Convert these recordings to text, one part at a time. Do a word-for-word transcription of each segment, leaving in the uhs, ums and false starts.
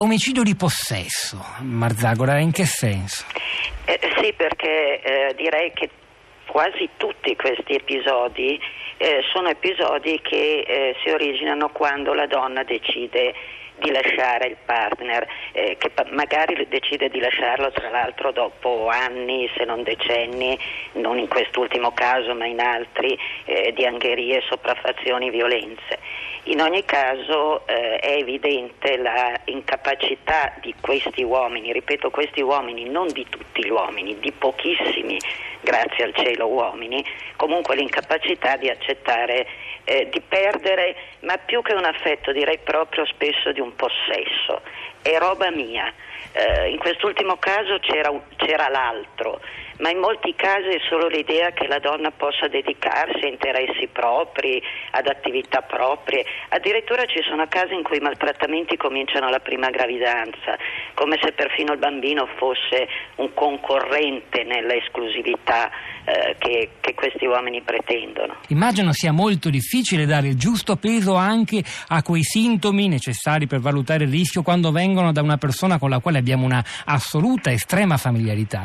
Omicidio di possesso, Marzagora, in che senso? Eh, sì, perché eh, direi che quasi tutti questi episodi eh, sono episodi che eh, si originano quando la donna decide di lasciare il partner, eh, che magari decide di lasciarlo tra l'altro dopo anni, se non decenni, non in quest'ultimo caso ma in altri, eh, di angherie, sopraffazioni, violenze. In ogni caso eh, è evidente la incapacità di questi uomini, ripeto questi uomini, non di tutti gli uomini, di pochissimi, grazie al cielo, uomini, comunque l'incapacità di accettare eh, di perdere, ma più che un affetto direi proprio spesso di un possesso, è roba mia. Eh, in quest'ultimo caso c'era, c'era l'altro, ma in molti casi è solo l'idea che la donna possa dedicarsi a interessi propri, ad attività proprie. Addirittura ci sono casi in cui i maltrattamenti cominciano alla prima gravidanza, come se perfino il bambino fosse un concorrente nella esclusività eh, che, che questi uomini pretendono. Immagino sia molto difficile dare il giusto peso anche a quei sintomi necessari per valutare il rischio quando vengono da una persona con la quale abbiamo una assoluta, estrema familiarità.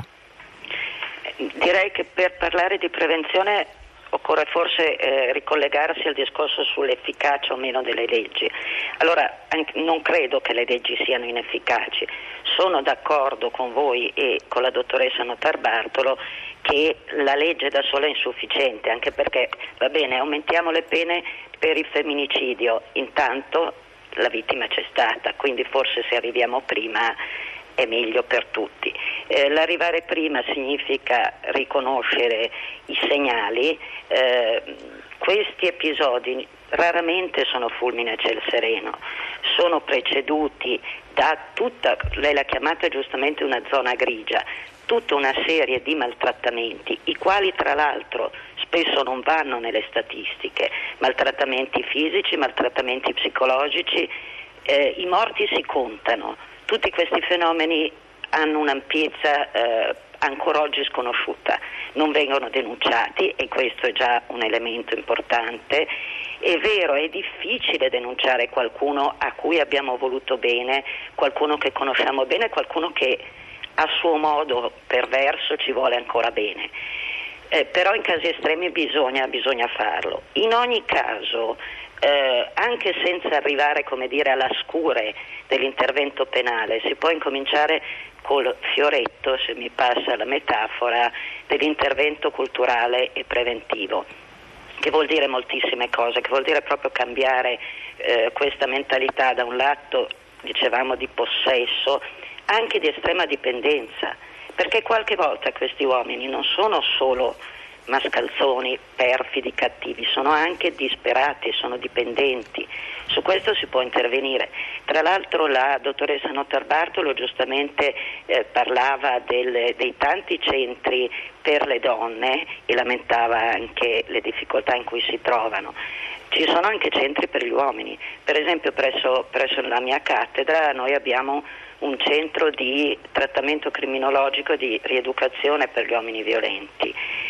Direi che per parlare di prevenzione occorre forse eh, ricollegarsi al discorso sull'efficacia o meno delle leggi. Allora, anche, non credo che le leggi siano inefficaci. Sono d'accordo con voi e con la dottoressa Notarbartolo che la legge da sola è insufficiente, anche perché, va bene, aumentiamo le pene per il femminicidio, intanto la vittima c'è stata, quindi forse se arriviamo prima è meglio per tutti. Eh, l'arrivare prima significa riconoscere i segnali. Eh, questi episodi raramente sono fulmine a ciel sereno, sono preceduti da tutta, lei l'ha chiamata giustamente una zona grigia, tutta una serie di maltrattamenti, i quali tra l'altro spesso non vanno nelle statistiche, maltrattamenti fisici, maltrattamenti psicologici, eh, i morti si contano. Tutti questi fenomeni hanno un'ampiezza eh, ancora oggi sconosciuta, non vengono denunciati e questo è già un elemento importante. È vero, è difficile denunciare qualcuno a cui abbiamo voluto bene, qualcuno che conosciamo bene, qualcuno che a suo modo perverso ci vuole ancora bene. Eh, però in casi estremi bisogna, bisogna farlo. In ogni caso, eh, anche senza arrivare, come dire, alla scure dell'intervento penale, si può incominciare col fioretto, se mi passa la metafora, dell'intervento culturale e preventivo, che vuol dire moltissime cose, che vuol dire proprio cambiare eh, questa mentalità da un lato, dicevamo, di possesso, anche di estrema dipendenza, perché qualche volta questi uomini non sono solo mascalzoni, perfidi, cattivi, sono anche disperati, sono dipendenti. Su questo si può intervenire. Tra l'altro la dottoressa Notarbartolo giustamente eh, parlava del, dei tanti centri per le donne e lamentava anche le difficoltà in cui si trovano. Ci sono anche centri per gli uomini, per esempio presso, presso la mia cattedra noi abbiamo un centro di trattamento criminologico, di rieducazione per gli uomini violenti.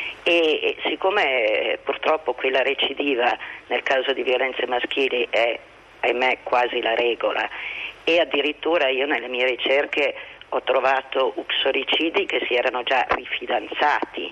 E, e siccome purtroppo qui la recidiva nel caso di violenze maschili è, ahimè, quasi la regola, e addirittura io nelle mie ricerche ho trovato uxoricidi che si erano già rifidanzati,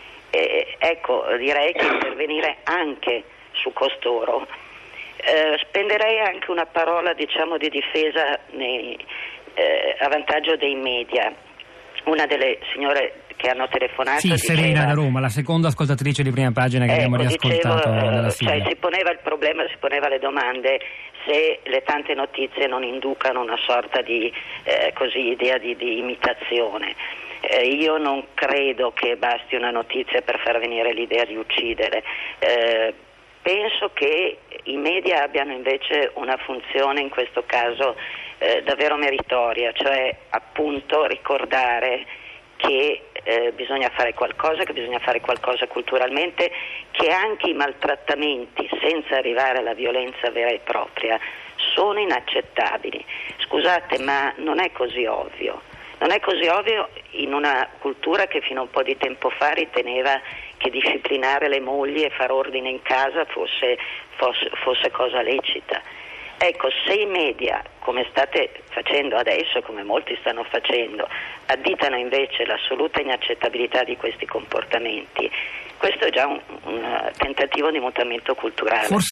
e, ecco, direi che intervenire anche su costoro. Eh, spenderei anche una parola, diciamo, di difesa nei, eh, a vantaggio dei media. Una delle signore che hanno telefonato sì, diceva, Serena da Roma, la seconda ascoltatrice di Prima Pagina che ecco, abbiamo riascoltato dicevo, nella sigla. Cioè, si poneva il problema, si poneva le domande se le tante notizie non inducano una sorta di eh, così idea di, di imitazione. Eh, io non credo che basti una notizia per far venire l'idea di uccidere. Eh, penso che i media abbiano invece una funzione in questo caso eh, davvero meritoria, cioè appunto ricordare che eh, bisogna fare qualcosa, che bisogna fare qualcosa culturalmente, che anche i maltrattamenti, senza arrivare alla violenza vera e propria, sono inaccettabili. Scusate, ma non è così ovvio. Non è così ovvio in una cultura che fino a un po' di tempo fa riteneva che disciplinare le mogli e far ordine in casa fosse, fosse, fosse cosa lecita. Ecco, se i media, come state facendo adesso, come molti stanno facendo, additano invece l'assoluta inaccettabilità di questi comportamenti, questo è già un, un tentativo di mutamento culturale. Forse